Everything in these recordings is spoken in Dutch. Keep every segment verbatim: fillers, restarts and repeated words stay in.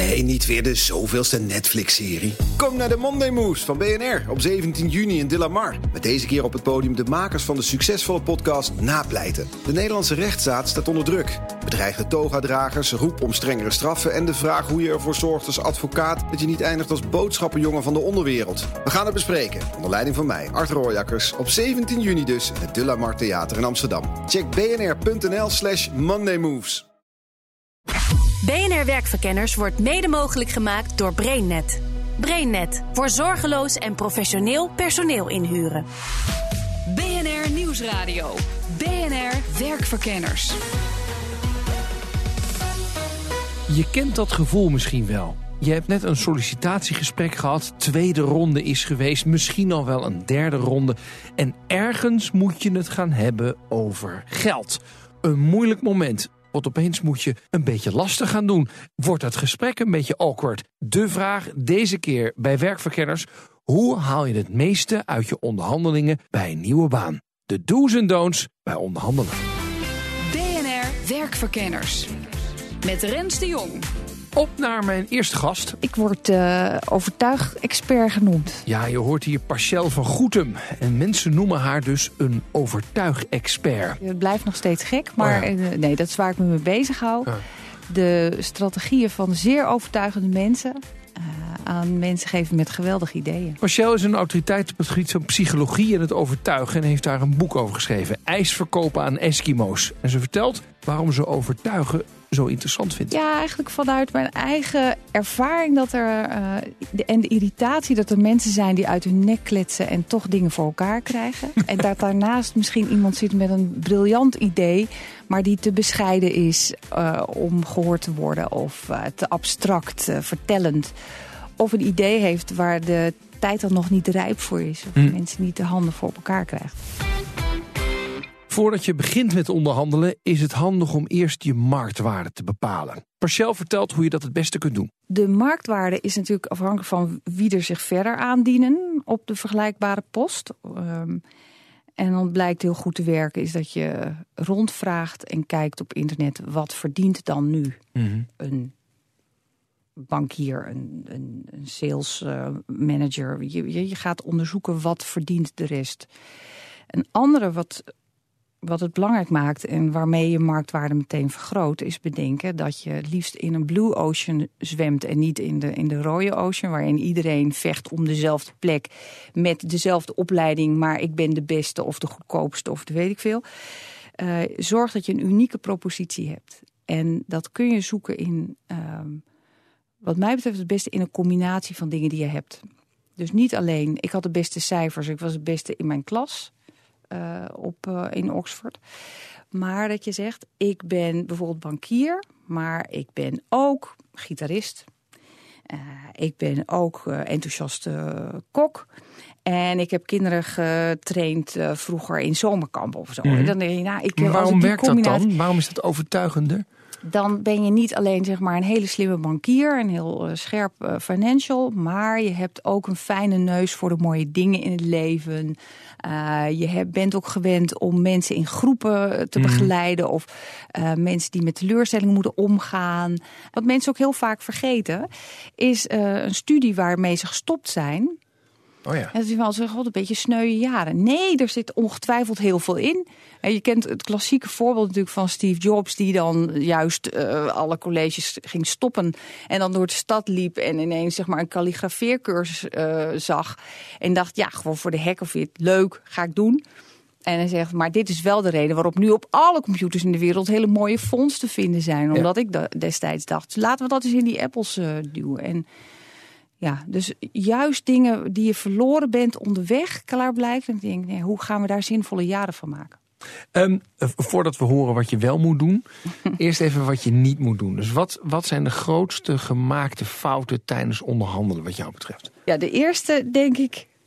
Nee, niet weer de zoveelste Netflix-serie. Kom naar de Monday Moves van B N R op zeventien juni in De La Mar. Met deze keer op het podium de makers van de succesvolle podcast Napleiten. De Nederlandse rechtsstaat staat onder druk. Bedreigde toga-dragers, roep om strengere straffen en de vraag hoe je ervoor zorgt als advocaat dat je niet eindigt als boodschappenjongen van de onderwereld. We gaan het bespreken, onder leiding van mij, Art Rooijakkers, op zeventien juni dus in het De La Mar Theater in Amsterdam. Check bnr.nl slash Monday Moves. B N R Werkverkenners wordt mede mogelijk gemaakt door BrainNet. BrainNet, voor zorgeloos en professioneel personeel inhuren. B N R Nieuwsradio. B N R Werkverkenners. Je kent dat gevoel misschien wel. Je hebt net een sollicitatiegesprek gehad, tweede ronde is geweest, misschien al wel een derde ronde. En ergens moet je het gaan hebben over geld. Een moeilijk moment. Want opeens moet je een beetje lastig gaan doen. Wordt het gesprek een beetje awkward? De vraag deze keer bij Werkverkenners: hoe haal je het meeste uit je onderhandelingen bij een nieuwe baan? De do's en don'ts bij onderhandelen. B N R Werkverkenners. Met Rens de Jong. Op naar mijn eerste gast. Ik word uh, overtuig-expert genoemd. Ja, je hoort hier Parcel van Goetem. En mensen noemen haar dus een overtuig-expert. Het blijft nog steeds gek, maar oh ja. nee, dat is waar ik me mee bezig hou. Ja. De strategieën van zeer overtuigende mensen uh, aan mensen geven met geweldige ideeën. Parcel is een autoriteit op het gebied van psychologie en het overtuigen en heeft daar een boek over geschreven. IJs verkopen aan Eskimo's. En ze vertelt waarom ze overtuigen zo interessant vindt. Ja, eigenlijk vanuit mijn eigen ervaring dat er uh, de, en de irritatie dat er mensen zijn die uit hun nek kletsen en toch dingen voor elkaar krijgen. En dat daarnaast misschien iemand zit met een briljant idee, maar die te bescheiden is uh, om gehoord te worden of uh, te abstract, uh, vertellend. Of een idee heeft waar de tijd dan nog niet rijp voor is. Of hm. mensen niet de handen voor elkaar krijgen. Voordat je begint met onderhandelen is het handig om eerst je marktwaarde te bepalen. Parcel vertelt hoe je dat het beste kunt doen. De marktwaarde is natuurlijk afhankelijk van wie er zich verder aandienen op de vergelijkbare post. Um, en dan blijkt heel goed te werken is dat je rondvraagt en kijkt op internet wat verdient dan nu mm-hmm. een bankier, een, een, een sales uh, manager. Je, je gaat onderzoeken wat verdient de rest. Een andere wat... Wat het belangrijk maakt en waarmee je marktwaarde meteen vergroot, is bedenken dat je liefst in een blue ocean zwemt en niet in de, in de rode ocean, waarin iedereen vecht om dezelfde plek met dezelfde opleiding, maar ik ben de beste of de goedkoopste of de weet ik veel. Uh, zorg dat je een unieke propositie hebt. En dat kun je zoeken in, uh, wat mij betreft het beste in een combinatie van dingen die je hebt. Dus niet alleen, ik had de beste cijfers, ik was het beste in mijn klas. Uh, op, uh, in Oxford. Maar dat je zegt, ik ben bijvoorbeeld bankier, maar ik ben ook gitarist. Uh, ik ben ook uh, enthousiaste uh, kok. En ik heb kinderen getraind uh, vroeger in zomerkamp of zo. Mm. En dan denk je, nou, ik, maar waarom als werkt combinatie... dat dan? Waarom is dat overtuigender? Dan ben je niet alleen zeg maar een hele slimme bankier, een heel uh, scherp uh, financial, maar je hebt ook een fijne neus voor de mooie dingen in het leven. Uh, je hebt, bent ook gewend om mensen in groepen te mm. begeleiden of uh, mensen die met teleurstellingen moeten omgaan. Wat mensen ook heel vaak vergeten, is uh, een studie waarmee ze gestopt zijn. Oh ja. En dat is wel zeggen, god, een beetje sneuwe jaren. Nee, er zit ongetwijfeld heel veel in. En je kent het klassieke voorbeeld natuurlijk van Steve Jobs, die dan juist uh, alle colleges ging stoppen en dan door de stad liep en ineens zeg maar een kalligrafeercursus uh, zag en dacht, ja, gewoon voor de heck of it, leuk, ga ik doen. En hij zegt, maar dit is wel de reden waarop nu op alle computers in de wereld hele mooie fonts te vinden zijn. Omdat ja. ik destijds dacht, laten we dat eens in die Apples uh, duwen. En ja, dus juist dingen die je verloren bent onderweg, klaarblijkelijk. En ik denk, nee, hoe gaan we daar zinvolle jaren van maken? Um, voordat we horen wat je wel moet doen, eerst even wat je niet moet doen. Dus wat, wat zijn de grootste gemaakte fouten tijdens onderhandelen wat jou betreft? Ja, de eerste denk ik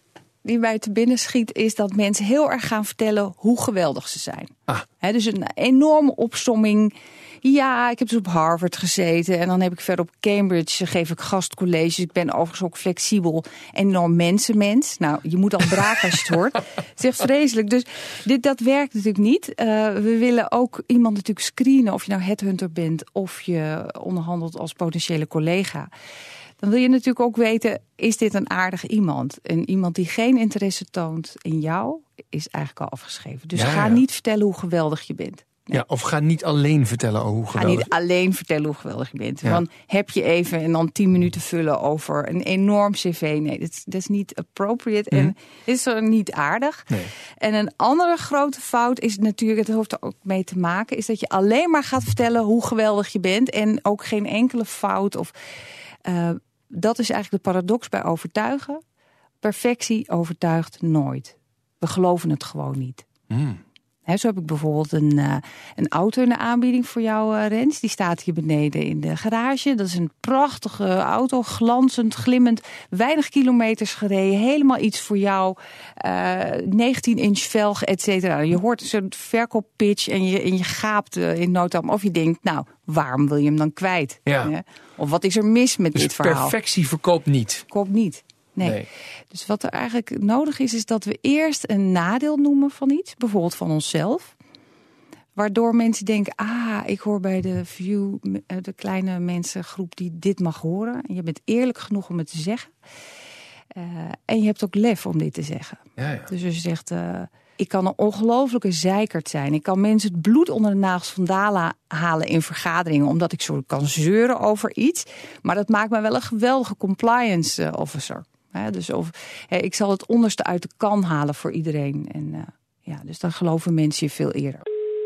die mij te binnen schiet is dat mensen heel erg gaan vertellen hoe geweldig ze zijn. Ah. He, dus een enorme opsomming. Ja, ik heb dus op Harvard gezeten en dan heb ik verder op Cambridge, geef ik gastcolleges. Ik ben overigens ook flexibel, enorm mensenmens. Nou, je moet al braken als je het hoort. Het is echt vreselijk. Dus dit, dat werkt natuurlijk niet. Uh, we willen ook iemand natuurlijk screenen of je nou headhunter bent of je onderhandelt als potentiële collega. Dan wil je natuurlijk ook weten, is dit een aardig iemand? En iemand die geen interesse toont in jou, is eigenlijk al afgeschreven. Dus ja, ga ja. niet vertellen hoe geweldig je bent. Nee. Ja, of ga niet alleen vertellen hoe Ga geweldig. niet alleen vertellen hoe geweldig je bent. Ja. Van, heb je even en dan tien minuten vullen over een enorm cv. Nee, dat is, dat is niet appropriate Mhm. en is er niet aardig. Nee. En een andere grote fout is natuurlijk, het heeft er ook mee te maken, is dat je alleen maar gaat vertellen hoe geweldig je bent en ook geen enkele fout. Of uh, dat is eigenlijk de paradox bij overtuigen. Perfectie overtuigt nooit. We geloven het gewoon niet. Mm. He, zo heb ik bijvoorbeeld een, uh, een auto in de aanbieding voor jou, uh, Rens. Die staat hier beneden in de garage. Dat is een prachtige auto, glanzend, glimmend. Weinig kilometers gereden, helemaal iets voor jou. Uh, negentien inch velg, et cetera. Je hoort zo'n verkooppitch en je, en je gaapt uh, in no time. Of je denkt, nou, waarom wil je hem dan kwijt? Ja. Ja? Of wat is er mis met Dus dit verhaal? perfectie verkoopt niet. Koopt niet. Nee. Nee. Dus wat er eigenlijk nodig is, is dat we eerst een nadeel noemen van iets. Bijvoorbeeld van onszelf. Waardoor mensen denken, ah, ik hoor bij de view, de kleine mensengroep die dit mag horen. En je bent eerlijk genoeg om het te zeggen. Uh, en je hebt ook lef om dit te zeggen. Ja, ja. Dus als je zegt, uh, ik kan een ongelofelijke zeikert zijn. Ik kan mensen het bloed onder de nagels vandaan halen in vergaderingen, omdat ik zo kan zeuren over iets. Maar dat maakt mij wel een geweldige compliance officer. He, dus of, he, ik zal het onderste uit de kan halen voor iedereen. En, uh, ja, dus dan geloven mensen je veel eerder.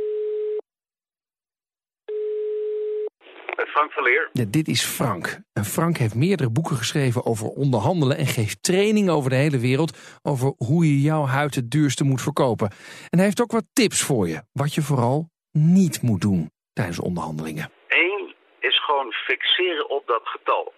Frank van Leer. Ja, dit is Frank. En Frank heeft meerdere boeken geschreven over onderhandelen en geeft training over de hele wereld over hoe je jouw huid het duurste moet verkopen. En hij heeft ook wat tips voor je, wat je vooral niet moet doen tijdens onderhandelingen. Eén is gewoon fixeren op dat getal.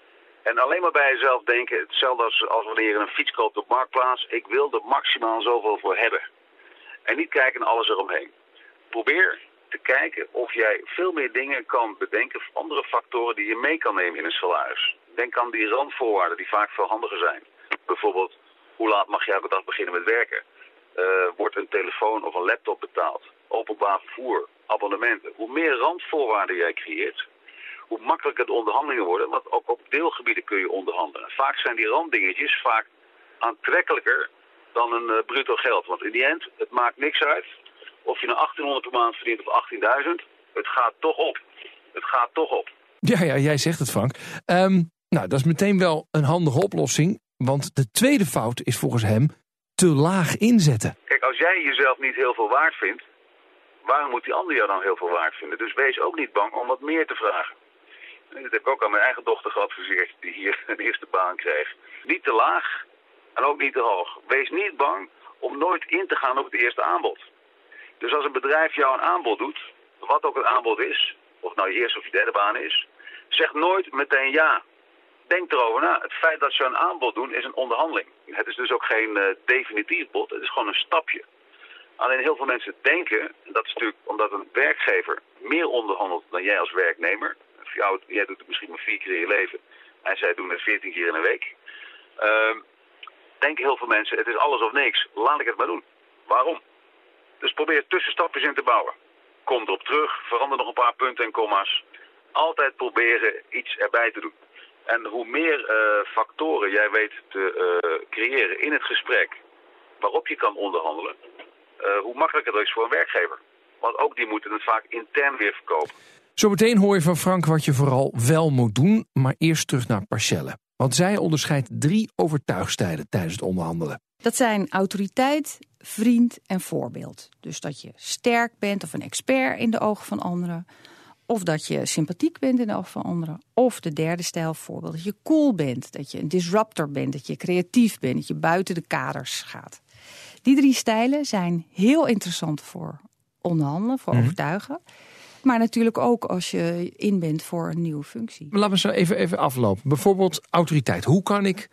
En alleen maar bij jezelf denken, hetzelfde als, als wanneer je een fiets koopt op Marktplaats. Ik wil er maximaal zoveel voor hebben. En niet kijken naar alles eromheen. Probeer te kijken of jij veel meer dingen kan bedenken, andere factoren die je mee kan nemen in een salaris. Denk aan die randvoorwaarden die vaak veel handiger zijn. Bijvoorbeeld, hoe laat mag je elke dag beginnen met werken? Uh, wordt een telefoon of een laptop betaald? Openbaar vervoer, abonnementen. Hoe meer randvoorwaarden jij creëert, hoe makkelijker de onderhandelingen worden, want ook op deelgebieden kun je onderhandelen. Vaak zijn die randdingetjes vaak aantrekkelijker dan een uh, bruto geld. Want in die end, het maakt niks uit of je nou achttienhonderd per maand verdient of achttienduizend. Het gaat toch op. Het gaat toch op. Ja, ja, jij zegt het, Frank. Um, nou, dat is meteen wel een handige oplossing. Want de tweede fout is volgens hem te laag inzetten. Kijk, als jij jezelf niet heel veel waard vindt, waarom moet die ander jou dan heel veel waard vinden? Dus wees ook niet bang om wat meer te vragen. En dat heb ik ook aan mijn eigen dochter geadviseerd, die hier een eerste baan kreeg. Niet te laag en ook niet te hoog. Wees niet bang om nooit in te gaan op het eerste aanbod. Dus als een bedrijf jou een aanbod doet, wat ook het aanbod is, of nou je eerste of je derde baan is, zeg nooit meteen ja. Denk erover na. Het feit dat ze een aanbod doen is een onderhandeling. Het is dus ook geen uh, definitief bod, het is gewoon een stapje. Alleen heel veel mensen denken, en dat is natuurlijk omdat een werkgever meer onderhandelt dan jij als werknemer. Voor jou, jij doet het misschien maar vier keer in je leven en zij doen het veertien keer in een week. Uh, denken heel veel mensen, het is alles of niks, laat ik het maar doen. Waarom? Dus probeer tussenstapjes in te bouwen. Kom erop terug, verander nog een paar punten en komma's. Altijd proberen iets erbij te doen. En hoe meer uh, factoren jij weet te uh, creëren in het gesprek waarop je kan onderhandelen, uh, hoe makkelijker dat is voor een werkgever. Want ook die moeten het vaak intern weer verkopen. Zometeen hoor je van Frank wat je vooral wel moet doen, maar eerst terug naar Parcelle. Want zij onderscheidt drie overtuigstijlen tijdens het onderhandelen. Dat zijn autoriteit, vriend en voorbeeld. Dus dat je sterk bent of een expert in de ogen van anderen. Of dat je sympathiek bent in de ogen van anderen. Of de derde stijl voorbeeld, dat je cool bent. Dat je een disruptor bent, dat je creatief bent. Dat je buiten de kaders gaat. Die drie stijlen zijn heel interessant voor onderhandelen, voor mm-hmm. overtuigen. Maar natuurlijk ook als je in bent voor een nieuwe functie. Laten we zo even, even aflopen. Bijvoorbeeld autoriteit. Hoe kan ik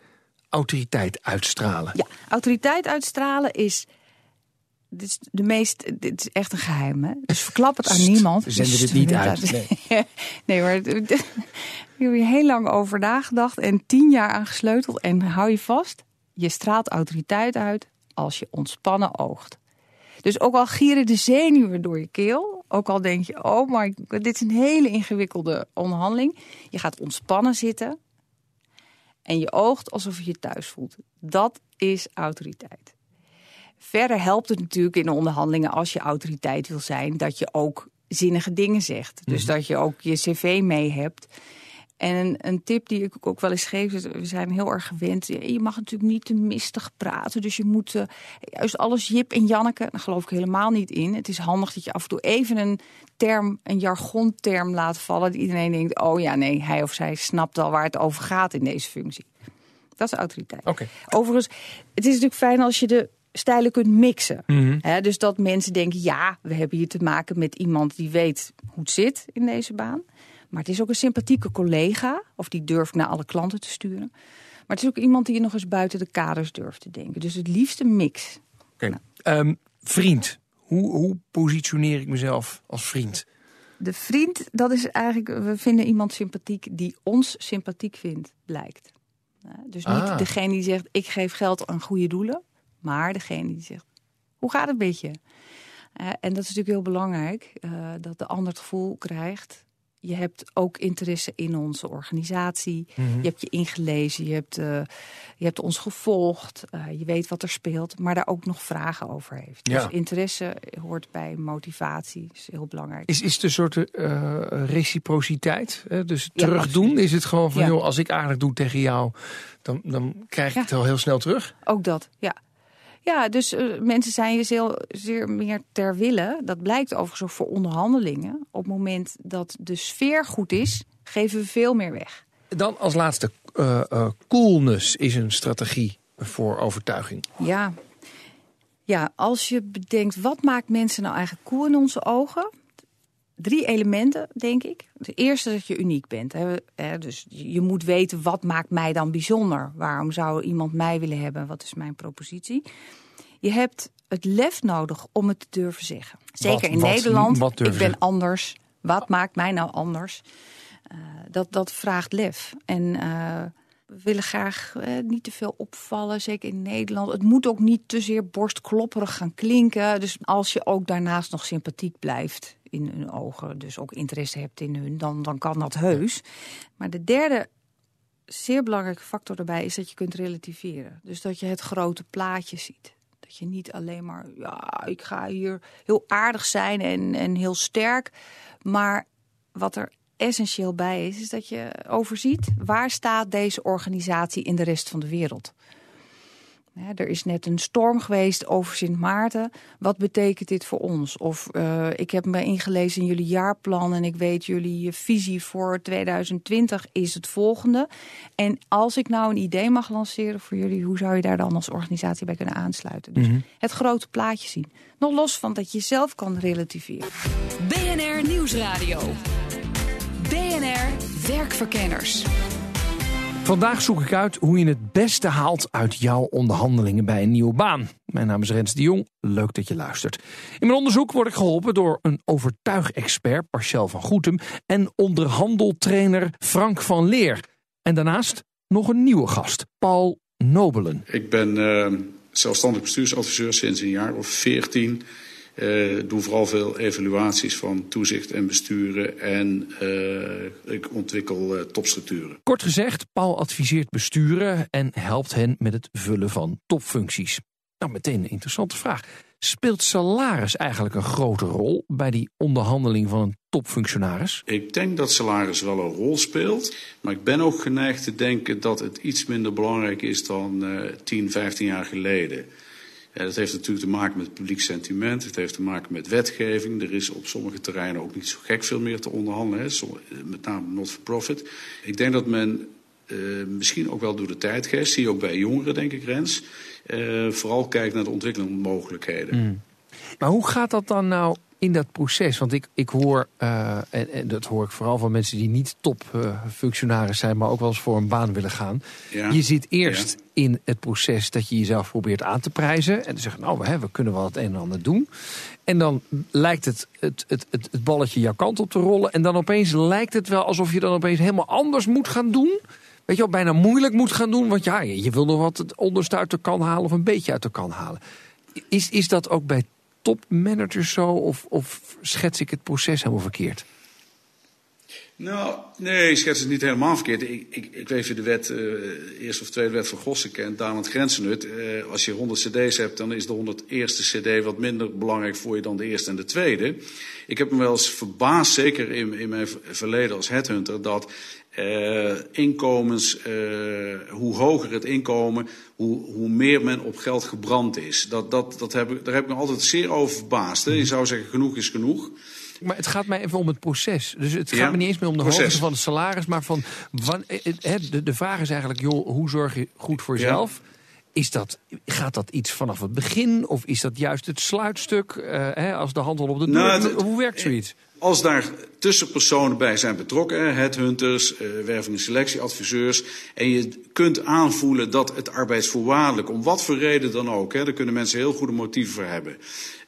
autoriteit uitstralen. Ja, autoriteit uitstralen is... Dit is, de meest, dit is echt een geheim, hè? Dus verklap het aan Sst, niemand. we zenden Dus dit niet uit. Nee, nee maar ik heb hier heel lang over nagedacht en tien jaar aan gesleuteld. En hou je vast, je straalt autoriteit uit als je ontspannen oogt. Dus ook al gieren de zenuwen door je keel, ook al denk je, oh my god, dit is een hele ingewikkelde onderhandeling. Je gaat ontspannen zitten en je oogt alsof je je thuis voelt. Dat is autoriteit. Verder helpt het natuurlijk in de onderhandelingen als je autoriteit wil zijn, dat je ook zinnige dingen zegt. Dus mm-hmm. dat je ook je cv mee hebt. En een, een tip die ik ook wel eens geef, is, we zijn heel erg gewend. Je mag natuurlijk niet te mistig praten. Dus je moet uh, juist alles Jip en Janneke, daar geloof ik helemaal niet in. Het is handig dat je af en toe even een term, een jargonterm laat vallen. Dat iedereen denkt, oh ja, nee, hij of zij snapt al waar het over gaat in deze functie. Dat is autoriteit. Okay. Overigens, het is natuurlijk fijn als je de stijlen kunt mixen. Mm-hmm. He, dus dat mensen denken, ja, we hebben hier te maken met iemand die weet hoe het zit in deze baan. Maar het is ook een sympathieke collega, of die durft naar alle klanten te sturen. Maar het is ook iemand die je nog eens buiten de kaders durft te denken. Dus het liefst een mix. Okay. Nou. Um, vriend, hoe, hoe positioneer ik mezelf als vriend? De vriend, dat is eigenlijk, we vinden iemand sympathiek die ons sympathiek vindt, lijkt. Dus niet ah. degene die zegt, ik geef geld aan goede doelen. Maar degene die zegt, hoe gaat het met je? Uh, en dat is natuurlijk heel belangrijk, uh, dat de ander het gevoel krijgt. Je hebt ook interesse in onze organisatie. Mm-hmm. Je hebt je ingelezen, je hebt, uh, je hebt ons gevolgd. Uh, je weet wat er speelt, maar daar ook nog vragen over heeft. Ja. Dus interesse hoort bij motivatie, is heel belangrijk. Is, is het een soort uh, reciprociteit? Hè? Dus terugdoen? Ja, is het gewoon van, ja. joh, als ik aardig doe tegen jou, dan, dan krijg ik ja. het al heel snel terug? Ook dat, ja. Ja, dus uh, mensen zijn je zeer, zeer meer ter wille. Dat blijkt overigens ook voor onderhandelingen. Op het moment dat de sfeer goed is, geven we veel meer weg. Dan als laatste, uh, uh, coolness is een strategie voor overtuiging. Ja. ja, als je bedenkt, wat maakt mensen nou eigenlijk cool in onze ogen? Drie elementen, denk ik. De eerste dat je uniek bent. Hè. Dus je moet weten, wat maakt mij dan bijzonder? Waarom zou iemand mij willen hebben? Wat is mijn propositie? Je hebt het lef nodig om het te durven zeggen. Zeker wat, in wat, Nederland. Wat ik ben anders. Wat maakt mij nou anders? Uh, dat, dat vraagt lef. En uh, we willen graag uh, niet te veel opvallen, zeker in Nederland. Het moet ook niet te zeer borstklopperig gaan klinken. Dus als je ook daarnaast nog sympathiek blijft in hun ogen, dus ook interesse hebt in hun, dan, dan kan dat heus. Maar de derde zeer belangrijke factor daarbij is dat je kunt relativeren. Dus dat je het grote plaatje ziet. Dat je niet alleen maar, ja, ik ga hier heel aardig zijn en, en heel sterk. Maar wat er essentieel bij is, is dat je overziet, waar staat deze organisatie in de rest van de wereld? Ja, er is net een storm geweest over Sint Maarten. Wat betekent dit voor ons? Of uh, ik heb me ingelezen in jullie jaarplan en ik weet jullie visie voor twintig twintig is het volgende. En als ik nou een idee mag lanceren voor jullie, hoe zou je daar dan als organisatie bij kunnen aansluiten? Dus mm-hmm. het grote plaatje zien. Nog los van dat je zelf kan relativeren. B N R Nieuwsradio. B N R Werkverkenners. Vandaag zoek ik uit hoe je het beste haalt uit jouw onderhandelingen bij een nieuwe baan. Mijn naam is Rens de Jong, leuk dat je luistert. In mijn onderzoek word ik geholpen door een overtuigexpert, Parcel van Goetem, en onderhandeltrainer Frank van Leer. En daarnaast nog een nieuwe gast, Paul Nobelen. Ik ben uh, zelfstandig bestuursadviseur sinds een jaar of veertien. Uh, doe vooral veel evaluaties van toezicht en besturen en uh, ik ontwikkel uh, topstructuren. Kort gezegd, Paul adviseert besturen en helpt hen met het vullen van topfuncties. Nou, meteen een interessante vraag. Speelt salaris eigenlijk een grote rol bij die onderhandeling van een topfunctionaris? Ik denk dat salaris wel een rol speelt, maar ik ben ook geneigd te denken dat het iets minder belangrijk is dan uh, tien, vijftien jaar geleden. Ja, dat heeft natuurlijk te maken met publiek sentiment. Het heeft te maken met wetgeving. Er is op sommige terreinen ook niet zo gek veel meer te onderhandelen. Hè. Met name not-for-profit. Ik denk dat men uh, misschien ook wel door de tijdgeest, zie je ook bij jongeren, denk ik, Rens, uh, vooral kijkt naar de ontwikkelmogelijkheden. Mm. Maar hoe gaat dat dan nou in dat proces? Want ik, ik hoor, uh, en, en dat hoor ik vooral van mensen die niet topfunctionaris uh, zijn, maar ook wel eens voor een baan willen gaan. Ja. Je zit eerst ja. in het proces dat je jezelf probeert aan te prijzen. En dan zeg je, nou, we, we kunnen wel het een en ander doen. En dan lijkt het, het, het, het, het balletje jouw kant op te rollen. En dan opeens lijkt het wel alsof je dan opeens helemaal anders moet gaan doen. Weet je wel, bijna moeilijk moet gaan doen. Want ja, je wil nog wat het onderste uit de kan halen of een beetje uit de kan halen. Is, is dat ook bij topmanagers zo? Of, of schets ik het proces helemaal verkeerd? Nou, nee, ik schets het niet helemaal verkeerd. Ik, ik, ik weet je de wet, uh, eerste of tweede wet van Gossen kent, Dalend Grenzenut. Uh, als je honderd cd's hebt, dan is de honderdste cd wat minder belangrijk voor je dan de eerste en de tweede. Ik heb me wel eens verbaasd, zeker in, in mijn verleden als headhunter, dat uh, inkomens, uh, hoe hoger het inkomen, hoe, hoe meer men op geld gebrand is. Dat, dat, dat heb ik, daar heb ik me altijd zeer over verbaasd. Hè. Je zou zeggen, genoeg is genoeg. Maar het gaat mij even om het proces. Dus het gaat ja, me niet eens meer om de proces. hoogte van het salaris, maar van van, de, de vraag is eigenlijk, joh, hoe zorg je goed voor jezelf? Ja. Is dat, gaat dat iets vanaf het begin of is dat juist het sluitstuk, uh, hè, als de hand al op de deur? Nou, het, hoe werkt zoiets? Als daar tussenpersonen bij zijn betrokken, headhunters, uh, werving- en selectieadviseurs, en je kunt aanvoelen dat het arbeidsvoorwaardelijk, om wat voor reden dan ook, hè, daar kunnen mensen heel goede motieven voor hebben,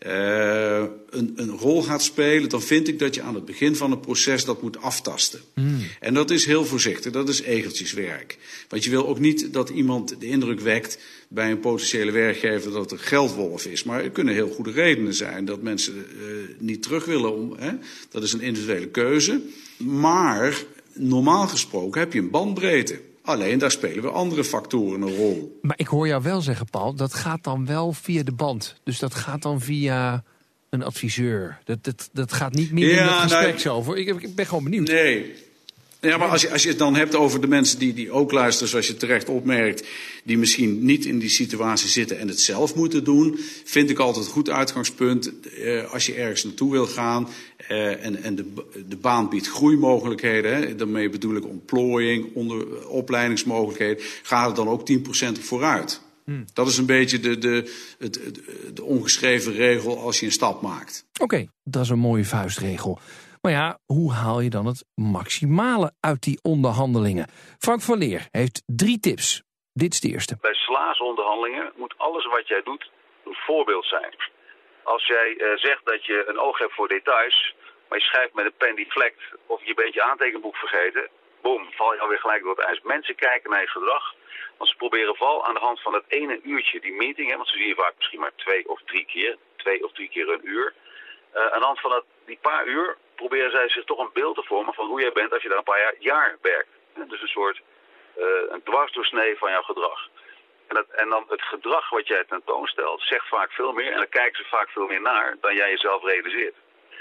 uh, een, een rol gaat spelen, dan vind ik dat je aan het begin van het proces dat moet aftasten. Mm. En dat is heel voorzichtig, dat is egeltjeswerk. Want je wil ook niet dat iemand de indruk wekt bij een potentiële werkgever dat het een geldwolf is. Maar er kunnen heel goede redenen zijn dat mensen uh, niet terug willen. Om, hè? Dat is een individuele keuze. Maar normaal gesproken heb je een bandbreedte. Alleen daar spelen we andere factoren een rol. Maar ik hoor jou wel zeggen, Paul, dat gaat dan wel via de band. Dus dat gaat dan via een adviseur. Dat, dat, dat gaat niet meer ja, in het gesprek nou, zo. Ik, ik ben gewoon benieuwd. Nee. Ja, maar als je, als je het dan hebt over de mensen die, die ook luisteren, zoals je terecht opmerkt, die misschien niet in die situatie zitten en het zelf moeten doen, vind ik altijd een goed uitgangspunt uh, als je ergens naartoe wil gaan uh, en, en de, de baan biedt groeimogelijkheden, hè, daarmee bedoel ik ontplooiing, onder, opleidingsmogelijkheden, ga er dan ook tien procent op vooruit. Hmm. Dat is een beetje de, de, het, de ongeschreven regel als je een stap maakt. Oké, okay, dat is een mooie vuistregel. Maar ja, hoe haal je dan het maximale uit die onderhandelingen? Frank van Leer heeft drie tips. Dit is de eerste. Bij salarisonderhandelingen moet alles wat jij doet een voorbeeld zijn. Als jij uh, zegt dat je een oog hebt voor details, maar je schrijft met een pen die vlekt of je bent je aantekenboek vergeten, boom, val je alweer gelijk door het ijs. Mensen kijken naar je gedrag, want ze proberen vooral aan de hand van dat ene uurtje, die meeting, hè, want ze zien je vaak misschien maar twee of drie keer, twee of drie keer een uur. Uh, aan de hand van dat, die paar uur proberen zij zich toch een beeld te vormen van hoe jij bent als je daar een paar jaar, jaar werkt. Dus een soort uh, een dwarsdoorsnee van jouw gedrag. En, dat, en dan het gedrag wat jij tentoonstelt zegt vaak veel meer en dan kijken ze vaak veel meer naar dan jij jezelf realiseert.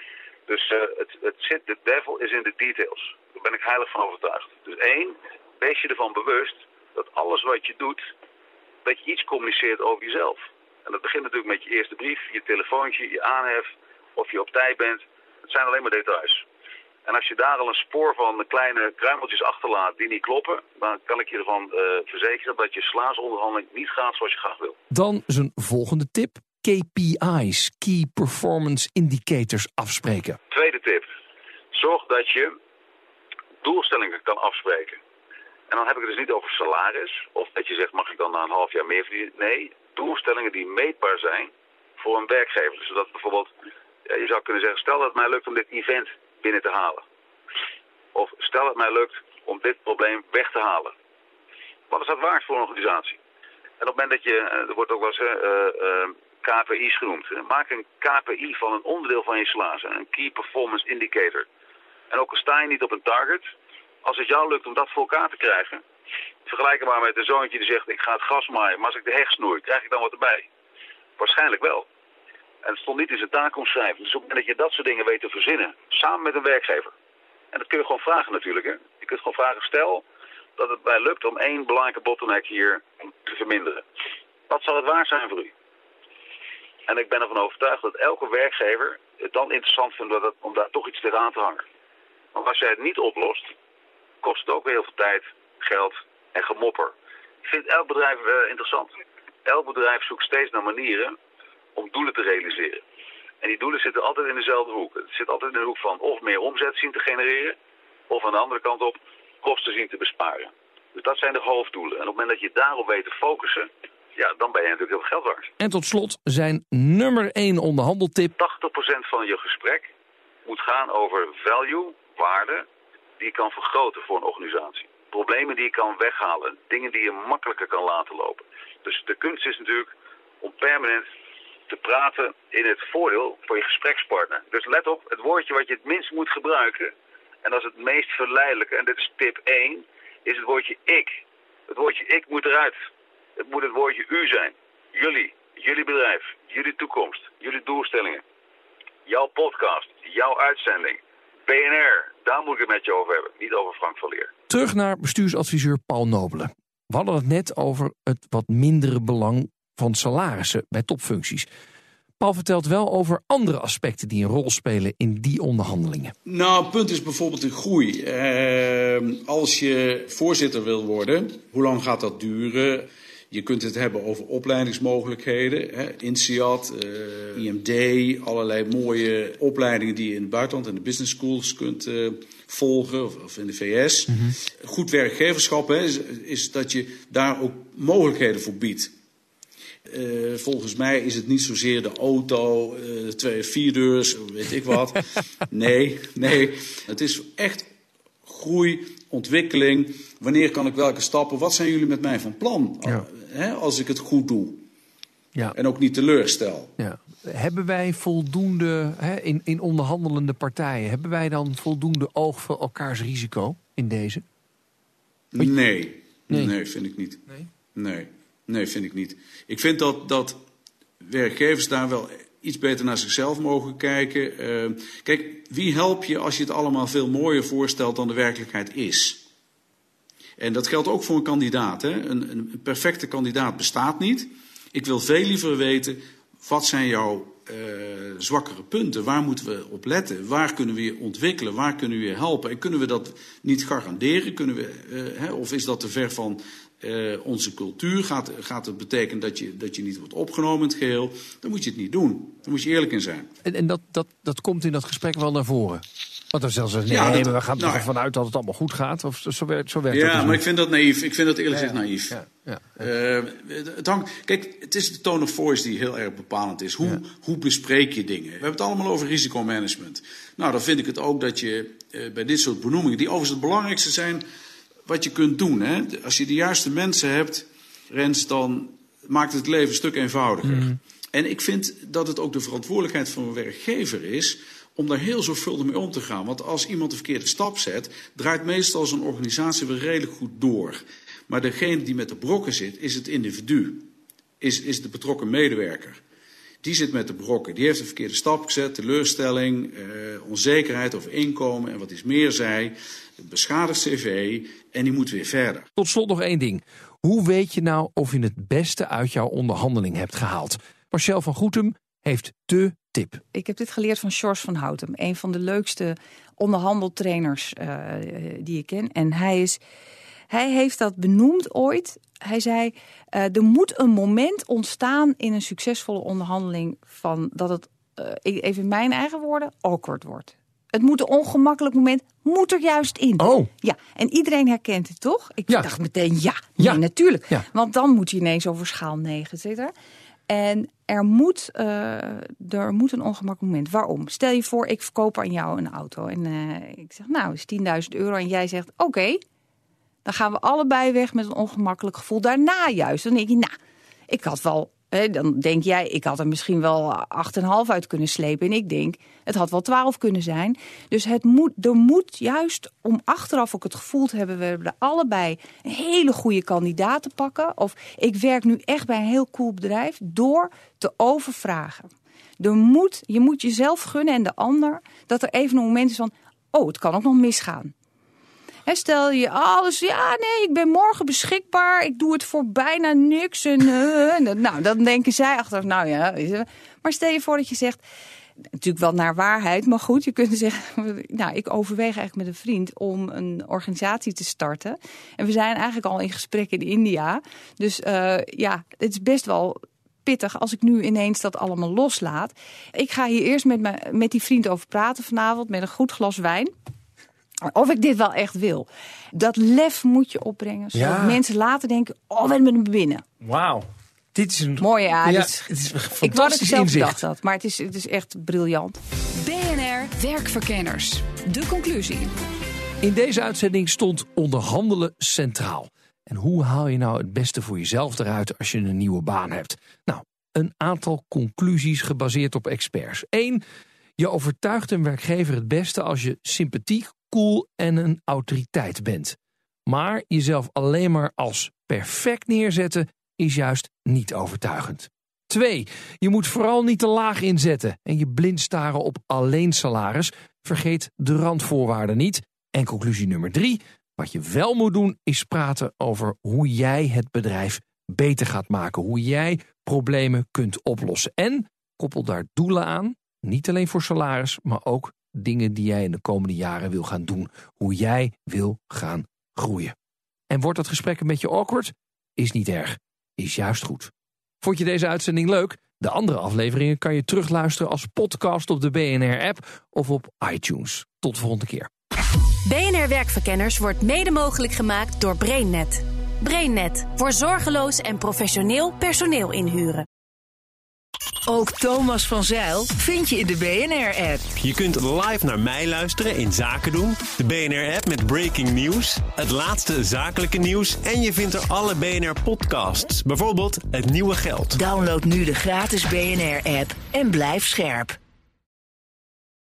Dus uh, het, het zit, de devil is in de details. Daar ben ik heilig van overtuigd. Dus één, wees je ervan bewust dat alles wat je doet, dat je iets communiceert over jezelf. En dat begint natuurlijk met je eerste brief, je telefoontje, je aanhef, of je op tijd bent. Het zijn alleen maar details. En als je daar al een spoor van kleine kruimeltjes achterlaat die niet kloppen, dan kan ik je ervan uh, verzekeren dat je salarisonderhandeling niet gaat zoals je graag wil. Dan zijn volgende tip. K P I's, Key Performance Indicators, afspreken. Tweede tip. Zorg dat je doelstellingen kan afspreken. En dan heb ik het dus niet over salaris, of dat je zegt, mag ik dan na een half jaar meer verdienen? Nee, doelstellingen die meetbaar zijn voor een werkgever. Dus dat bijvoorbeeld, je zou kunnen zeggen, stel dat het mij lukt om dit event binnen te halen. Of stel dat het mij lukt om dit probleem weg te halen. Wat is dat waard voor een organisatie? En op het moment dat je, er wordt ook wel eens uh, uh, K P I's genoemd. Maak een K P I van een onderdeel van je salaris, een Key Performance Indicator. En ook al sta je niet op een target, als het jou lukt om dat voor elkaar te krijgen, vergelijkbaar met een zoontje die zegt, ik ga het gras maaien, maar als ik de heg snoei, krijg ik dan wat erbij? Waarschijnlijk wel. En het stond niet in zijn taakomschrijving. Dus op het moment dat je dat soort dingen weet te verzinnen, samen met een werkgever. En dat kun je gewoon vragen natuurlijk. Hè? Je kunt gewoon vragen, stel dat het mij lukt om één belangrijke bottleneck hier te verminderen. Wat zal het waard zijn voor u? En ik ben ervan overtuigd dat elke werkgever het dan interessant vindt om, dat, om daar toch iets tegenaan te hangen. Want als jij het niet oplost, kost het ook weer heel veel tijd, geld en gemopper. Ik vind elk bedrijf uh, interessant. Elk bedrijf zoekt steeds naar manieren om doelen te realiseren. En die doelen zitten altijd in dezelfde hoek. Het zit altijd in de hoek van of meer omzet zien te genereren, of aan de andere kant op kosten zien te besparen. Dus dat zijn de hoofddoelen. En op het moment dat je daarop weet te focussen, ja, dan ben je natuurlijk heel veel geld waard. En tot slot zijn nummer één onderhandeltip. tachtig procent van je gesprek moet gaan over value, waarde, die je kan vergroten voor een organisatie. Problemen die je kan weghalen, dingen die je makkelijker kan laten lopen. Dus de kunst is natuurlijk om permanent te praten in het voordeel voor je gesprekspartner. Dus let op, het woordje wat je het minst moet gebruiken, en dat is het meest verleidelijke, en dit is tip één, is het woordje ik. Het woordje ik moet eruit. Het moet het woordje u zijn. Jullie, jullie bedrijf, jullie toekomst, jullie doelstellingen. Jouw podcast, jouw uitzending, B N R, daar moet ik het met je over hebben. Niet over Frank van Leer. Terug naar bestuursadviseur Paul Nobelen. We hadden het net over het wat mindere belang van salarissen bij topfuncties. Paul vertelt wel over andere aspecten die een rol spelen in die onderhandelingen. Nou, het punt is bijvoorbeeld de groei. Uh, als je voorzitter wil worden, hoe lang gaat dat duren? Je kunt het hebben over opleidingsmogelijkheden. Hè? INSEAD, uh, I M D, allerlei mooie opleidingen die je in het buitenland en de business schools kunt uh, volgen, of, of in de V S. Mm-hmm. Goed werkgeverschap, hè, is, is dat je daar ook mogelijkheden voor biedt. Uh, volgens mij is het niet zozeer de auto, uh, twee vierdeurs, weet ik wat. Nee, nee. Het is echt groei, ontwikkeling. Wanneer kan ik welke stappen? Wat zijn jullie met mij van plan? Ja. Hè, als ik het goed doe. Ja. En ook niet teleurstel. Ja. Hebben wij voldoende, hè, in, in onderhandelende partijen, hebben wij dan voldoende oog voor elkaars risico in deze? Nee, nee, nee vind ik niet. Nee? Nee. Nee, vind ik niet. Ik vind dat, dat werkgevers daar wel iets beter naar zichzelf mogen kijken. Uh, kijk, wie help je als je het allemaal veel mooier voorstelt dan de werkelijkheid is? En dat geldt ook voor een kandidaat. Hè? Een, een perfecte kandidaat bestaat niet. Ik wil veel liever weten, wat zijn jouw uh, zwakkere punten? Waar moeten we op letten? Waar kunnen we je ontwikkelen? Waar kunnen we je helpen? En kunnen we dat niet garanderen? Kunnen we, uh, hè, of is dat te ver van Uh, onze cultuur? Gaat, gaat het betekenen dat je, dat je niet wordt opgenomen in het geheel? Dan moet je het niet doen. Daar moet je eerlijk in zijn. En, en dat, dat, dat komt in dat gesprek wel naar voren? Want dan zelfs nee, ja, nee, maar we gaan nou, ervan uit dat het allemaal goed gaat. Of zo werkt, zo werkt ja, dat dus maar niet. Ik vind dat naïef. Ik vind dat eerlijk gezegd ja, ja. naïef. Ja, ja, ja. Uh, het hangt, kijk, het is de tone of voice die heel erg bepalend is. Hoe, ja. hoe bespreek je dingen? We hebben het allemaal over risicomanagement. Nou, dan vind ik het ook dat je uh, bij dit soort benoemingen, die overigens het belangrijkste zijn wat je kunt doen. Hè? Als je de juiste mensen hebt, Rens, dan maakt het leven een stuk eenvoudiger. Mm. En ik vind dat het ook de verantwoordelijkheid van een werkgever is om daar heel zorgvuldig mee om te gaan. Want als iemand de verkeerde stap zet, draait meestal zo'n organisatie weer redelijk goed door. Maar degene die met de brokken zit, is het individu. Is, is de betrokken medewerker. Die zit met de brokken. Die heeft de verkeerde stap gezet, teleurstelling, uh, onzekerheid over inkomen en wat is meer zij. Beschadigd cv en die moet weer verder. Tot slot nog één ding. Hoe weet je nou of je het beste uit jouw onderhandeling hebt gehaald? Marcel van Goetem heeft de tip. Ik heb dit geleerd van Sjors van Houten. Een van de leukste onderhandeltrainers uh, die ik ken. En hij, is, hij heeft dat benoemd ooit. Hij zei, uh, er moet een moment ontstaan in een succesvolle onderhandeling van dat het, uh, even in mijn eigen woorden, awkward wordt. Het moet een ongemakkelijk moment, moet er juist in. Oh. Ja, en iedereen herkent het toch? Ik ja. dacht meteen, ja, nee, ja. natuurlijk. Ja. Want dan moet je ineens over schaal negen, et cetera. En er moet, uh, er moet een ongemakkelijk moment. Waarom? Stel je voor, ik verkoop aan jou een auto. En uh, ik zeg, nou, dat is tienduizend euro. En jij zegt, oké, okay, dan gaan we allebei weg met een ongemakkelijk gevoel. Daarna juist, dan denk je, nou, ik had wel... He, dan denk jij, ik had er misschien wel acht komma vijf uit kunnen slepen. En ik denk, het had wel twaalf kunnen zijn. Dus het moet, er moet juist, om achteraf ook het gevoel te hebben, we hebben er allebei een hele goede kandidaat te pakken. Of ik werk nu echt bij een heel cool bedrijf, door te overvragen. Er moet, je moet jezelf gunnen en de ander, dat er even een moment is van, oh, het kan ook nog misgaan. He, stel je alles, ja nee, ik ben morgen beschikbaar, ik doe het voor bijna niks. En, uh, en, nou, dan denken zij achteraf, nou ja. Maar stel je voor dat je zegt, natuurlijk wel naar waarheid, maar goed, je kunt zeggen, nou, ik overweeg eigenlijk met een vriend om een organisatie te starten. En we zijn eigenlijk al in gesprek in India. Dus uh, ja, het is best wel pittig als ik nu ineens dat allemaal loslaat. Ik ga hier eerst met, me, met die vriend over praten vanavond met een goed glas wijn. Of ik dit wel echt wil. Dat lef moet je opbrengen. Zodat ja. mensen later denken, oh, we hebben hem binnen. Wauw. Dit is een mooi, ja. ja dit is, het is een fantastisch ik wou dat ik zelf inzicht. dacht dat, maar het is, het is echt briljant. B N R Werkverkenners. De conclusie. In deze uitzending stond onderhandelen centraal. En hoe haal je nou het beste voor jezelf eruit als je een nieuwe baan hebt? Nou, een aantal conclusies gebaseerd op experts. Eén, je overtuigt een werkgever het beste als je sympathiek, cool en een autoriteit bent. Maar jezelf alleen maar als perfect neerzetten is juist niet overtuigend. Twee, je moet vooral niet te laag inzetten en je blind staren op alleen salaris. Vergeet de randvoorwaarden niet. En conclusie nummer drie, wat je wel moet doen is praten over hoe jij het bedrijf beter gaat maken. Hoe jij problemen kunt oplossen. En koppel daar doelen aan, niet alleen voor salaris, maar ook dingen die jij in de komende jaren wil gaan doen. Hoe jij wil gaan groeien. En wordt dat gesprek een beetje awkward? Is niet erg. Is juist goed. Vond je deze uitzending leuk? De andere afleveringen kan je terugluisteren als podcast op de B N R-app of op iTunes. Tot de volgende keer. B N R Werkverkenners wordt mede mogelijk gemaakt door BrainNet. BrainNet, voor zorgeloos en professioneel personeel inhuren. Ook Thomas van Zijl vind je in de B N R-app. Je kunt live naar mij luisteren in Zaken doen. De B N R-app met breaking news, het laatste zakelijke nieuws en je vindt er alle B N R-podcasts. Bijvoorbeeld Het Nieuwe Geld. Download nu de gratis B N R-app en blijf scherp.